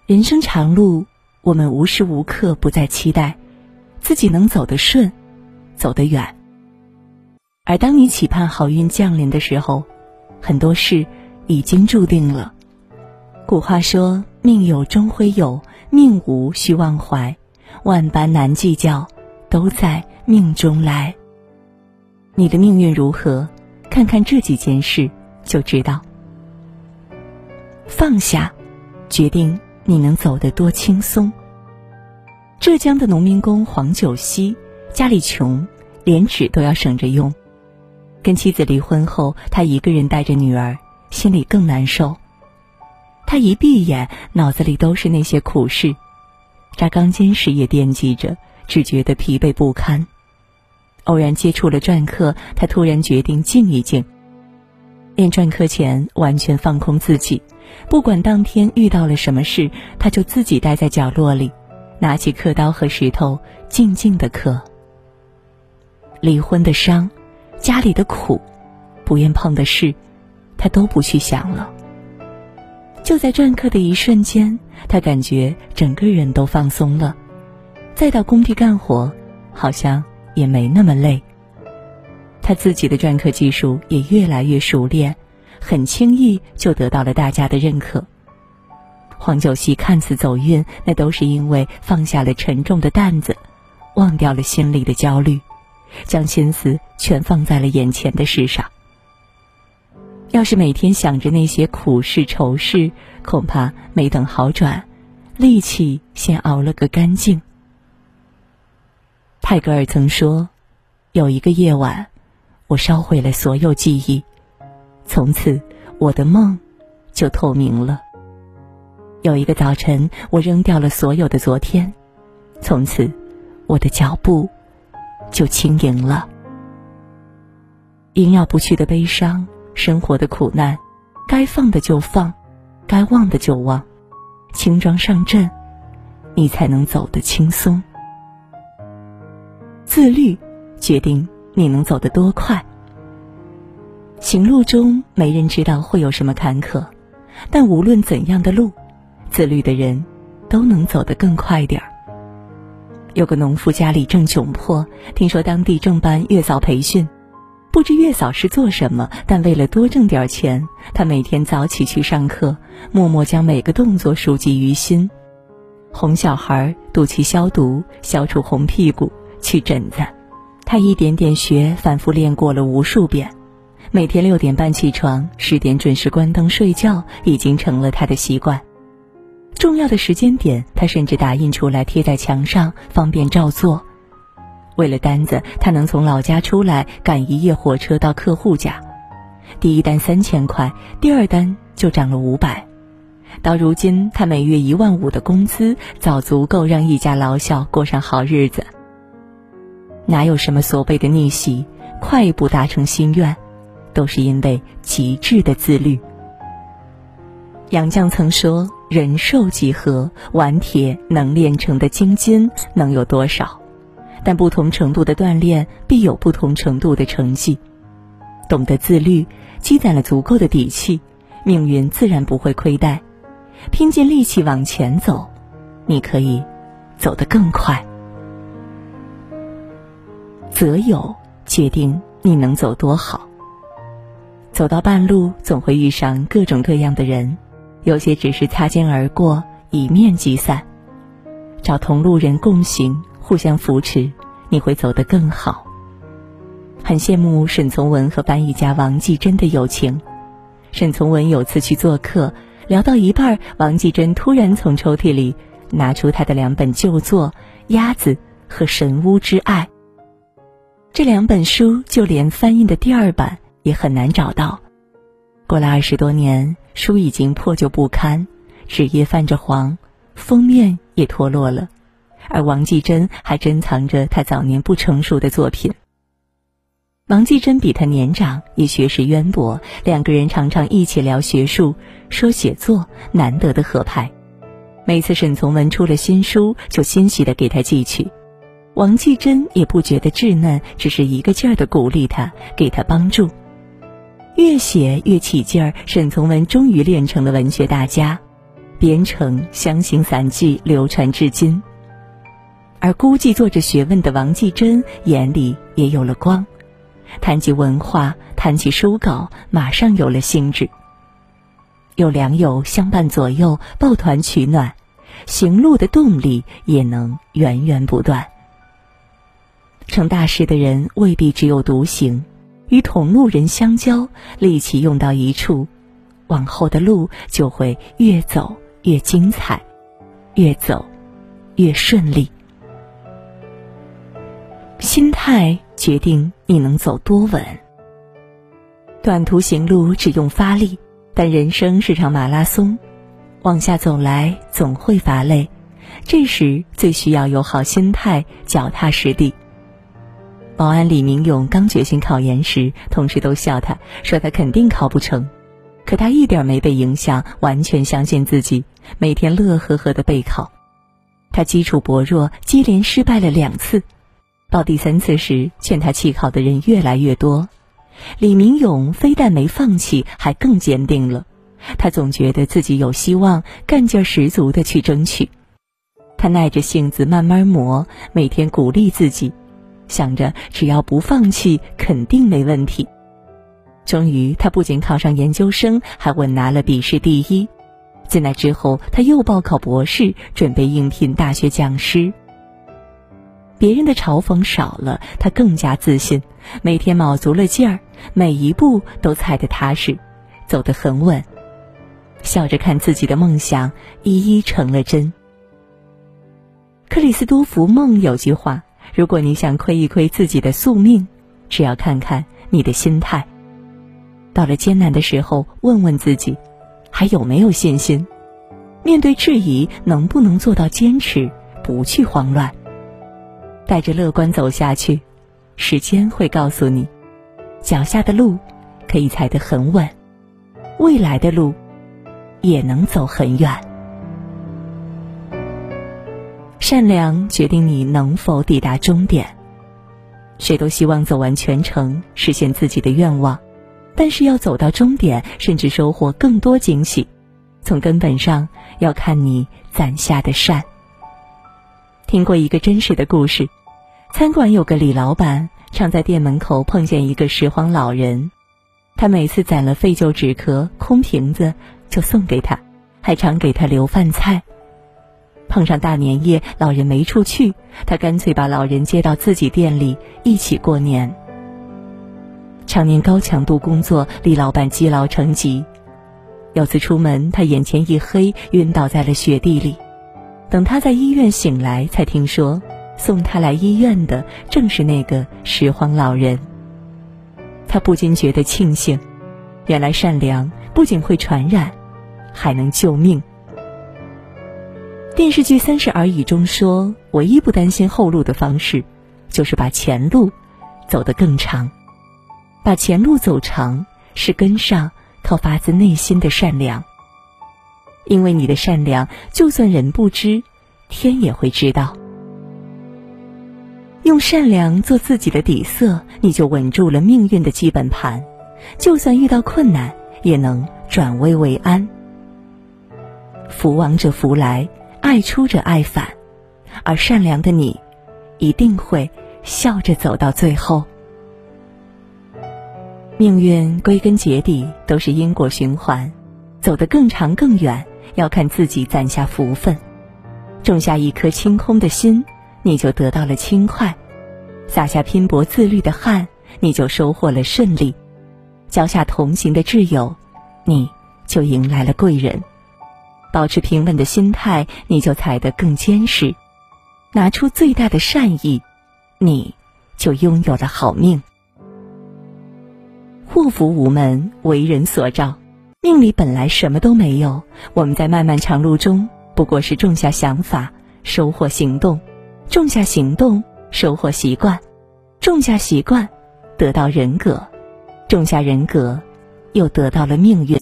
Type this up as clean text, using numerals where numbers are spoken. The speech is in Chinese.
人生长路，我们无时无刻不在期待自己能走得顺，走得远。而当你期盼好运降临的时候，很多事已经注定了。古话说，命有终会有，命无须忘怀，万般难计较，都在命中来。你的命运如何，看看这几件事就知道。放下，决定你能走得多轻松。浙江的农民工黄九溪家里穷，连纸都要省着用。跟妻子离婚后，他一个人带着女儿，心里更难受。他一闭眼，脑子里都是那些苦事，扎钢筋时也惦记着，只觉得疲惫不堪。偶然接触了篆刻，他突然决定静一静。练篆刻前完全放空自己，不管当天遇到了什么事，他就自己待在角落里，拿起刻刀和石头，静静地刻。离婚的伤，家里的苦，不愿碰的事，他都不去想了。就在篆刻的一瞬间，他感觉整个人都放松了。再到工地干活，好像也没那么累。他自己的篆刻技术也越来越熟练，很轻易就得到了大家的认可。黄九溪看似走运，那都是因为放下了沉重的担子，忘掉了心里的焦虑，将心思全放在了眼前的事上。要是每天想着那些苦事愁事，恐怕没等好转，力气先熬了个干净。泰戈尔曾说，有一个夜晚，我烧毁了所有记忆，从此我的梦就透明了。有一个早晨，我扔掉了所有的昨天，从此我的脚步就轻盈了。萦绕不去的悲伤，生活的苦难，该放的就放，该忘的就忘，轻装上阵，你才能走得轻松。自律决定你能走得多快。行路中没人知道会有什么坎坷，但无论怎样的路，自律的人都能走得更快点儿。有个农妇家里正窘迫，听说当地正办月嫂培训，不知月嫂是做什么，但为了多挣点钱，她每天早起去上课，默默将每个动作熟记于心。哄小孩，肚脐消毒，消除红屁股，去疹子，她一点点学，反复练过了无数遍。每天6点半起床，10点准时关灯睡觉，已经成了她的习惯。重要的时间点，她甚至打印出来贴在墙上，方便照做。为了单子，她能从老家出来赶1夜火车到客户家。第一单3000块，第二单就涨了500。到如今，她每月15000的工资，早足够让一家老小过上好日子。哪有什么所谓的逆袭，快一步达成心愿，都是因为极致的自律。杨绛曾说，人寿几何，顽铁能炼成的精金能有多少？但不同程度的锻炼，必有不同程度的成绩。懂得自律，积攒了足够的底气，命运自然不会亏待。拼尽力气往前走，你可以走得更快。择友决定你能走多好。走到半路，总会遇上各种各样的人，有些只是擦肩而过，一面即散。找同路人共行，互相扶持，你会走得更好。很羡慕沈从文和翻译家王继珍的友情。沈从文有次去做客，聊到一半，王继珍突然从抽屉里拿出他的2本旧作《鸭子》和《神巫之爱》。这2本书就连翻译的第2版也很难找到。过了20多年，书已经破旧不堪，纸页泛着黄，封面也脱落了，而王继珍还珍藏着他早年不成熟的作品。王继珍比他年长，也学识渊博，2个人常常一起聊学术，说写作，难得的合拍。每次沈从文出了新书，就欣喜地给他寄去。王继珍也不觉得稚嫩，只是一个劲儿地鼓励他，给他帮助。越写越起劲儿，沈从文终于练成了文学大家。 编成相形散记流传至今。而估计做着学问的王继珍眼里也有了光，谈及文化，谈起书稿，马上有了兴致。有良友相伴左右，抱团取暖，行路的动力也能源源不断。成大事的人未必只有独行，与同路人相交，力气用到一处，往后的路就会越走越精彩，越走越顺利。心态决定你能走多稳。短途行路只用发力，但人生是场马拉松，往下走来总会乏累，这时最需要有好心态，脚踏实地。保安李明勇刚决心考研时，同事都笑他，说他肯定考不成。可他一点没被影响，完全相信自己，每天乐呵呵地备考。他基础薄弱，接连失败了2次。到第3次时，劝他弃考的人越来越多。李明勇非但没放弃，还更坚定了。他总觉得自己有希望，干劲十足地去争取。他耐着性子慢慢磨，每天鼓励自己，想着只要不放弃，肯定没问题。终于，他不仅考上研究生，还稳拿了笔试第1。自那之后，他又报考博士，准备应聘大学讲师。别人的嘲讽少了，他更加自信，每天卯足了劲儿，每一步都踩得踏实，走得很稳，笑着看自己的梦想一一成了真。克里斯多福·梦有句话，如果你想窥一窥自己的宿命，只要看看你的心态。到了艰难的时候，问问自己，还有没有信心？面对质疑，能不能做到坚持，不去慌乱？带着乐观走下去，时间会告诉你，脚下的路可以踩得很稳，未来的路也能走很远。善良决定你能否抵达终点。谁都希望走完全程，实现自己的愿望，但是要走到终点，甚至收获更多惊喜，从根本上要看你攒下的善。听过一个真实的故事，餐馆有个李老板，常在店门口碰见一个拾荒老人。他每次攒了废旧纸壳、空瓶子就送给他，还常给他留饭菜。碰上大年夜，老人没处去，他干脆把老人接到自己店里一起过年。常年高强度工作，李老板积劳成疾。有次出门，他眼前一黑，晕倒在了雪地里。等他在医院醒来，才听说送他来医院的正是那个拾荒老人。他不禁觉得庆幸，原来善良不仅会传染，还能救命。电视剧《30而已》中说，唯一不担心后路的方式，就是把前路走得更长。把前路走长，是跟上靠发自内心的善良。因为你的善良，就算人不知，天也会知道。用善良做自己的底色，你就稳住了命运的基本盘，就算遇到困难，也能转危为安。福往者福来，爱出者爱返，而善良的你，一定会笑着走到最后。命运归根结底都是因果循环，走得更长更远，要看自己攒下福分。种下一颗清空的心，你就得到了轻快；洒下拼搏自律的汗，你就收获了顺利；交下同行的挚友，你就迎来了贵人；保持平稳的心态，你就踩得更坚实；拿出最大的善意，你就拥有了好命。祸福无门，为人所照。命里本来什么都没有，我们在漫漫长路中，不过是种下想法，收获行动；种下行动，收获习惯；种下习惯，得到人格；种下人格，又得到了命运。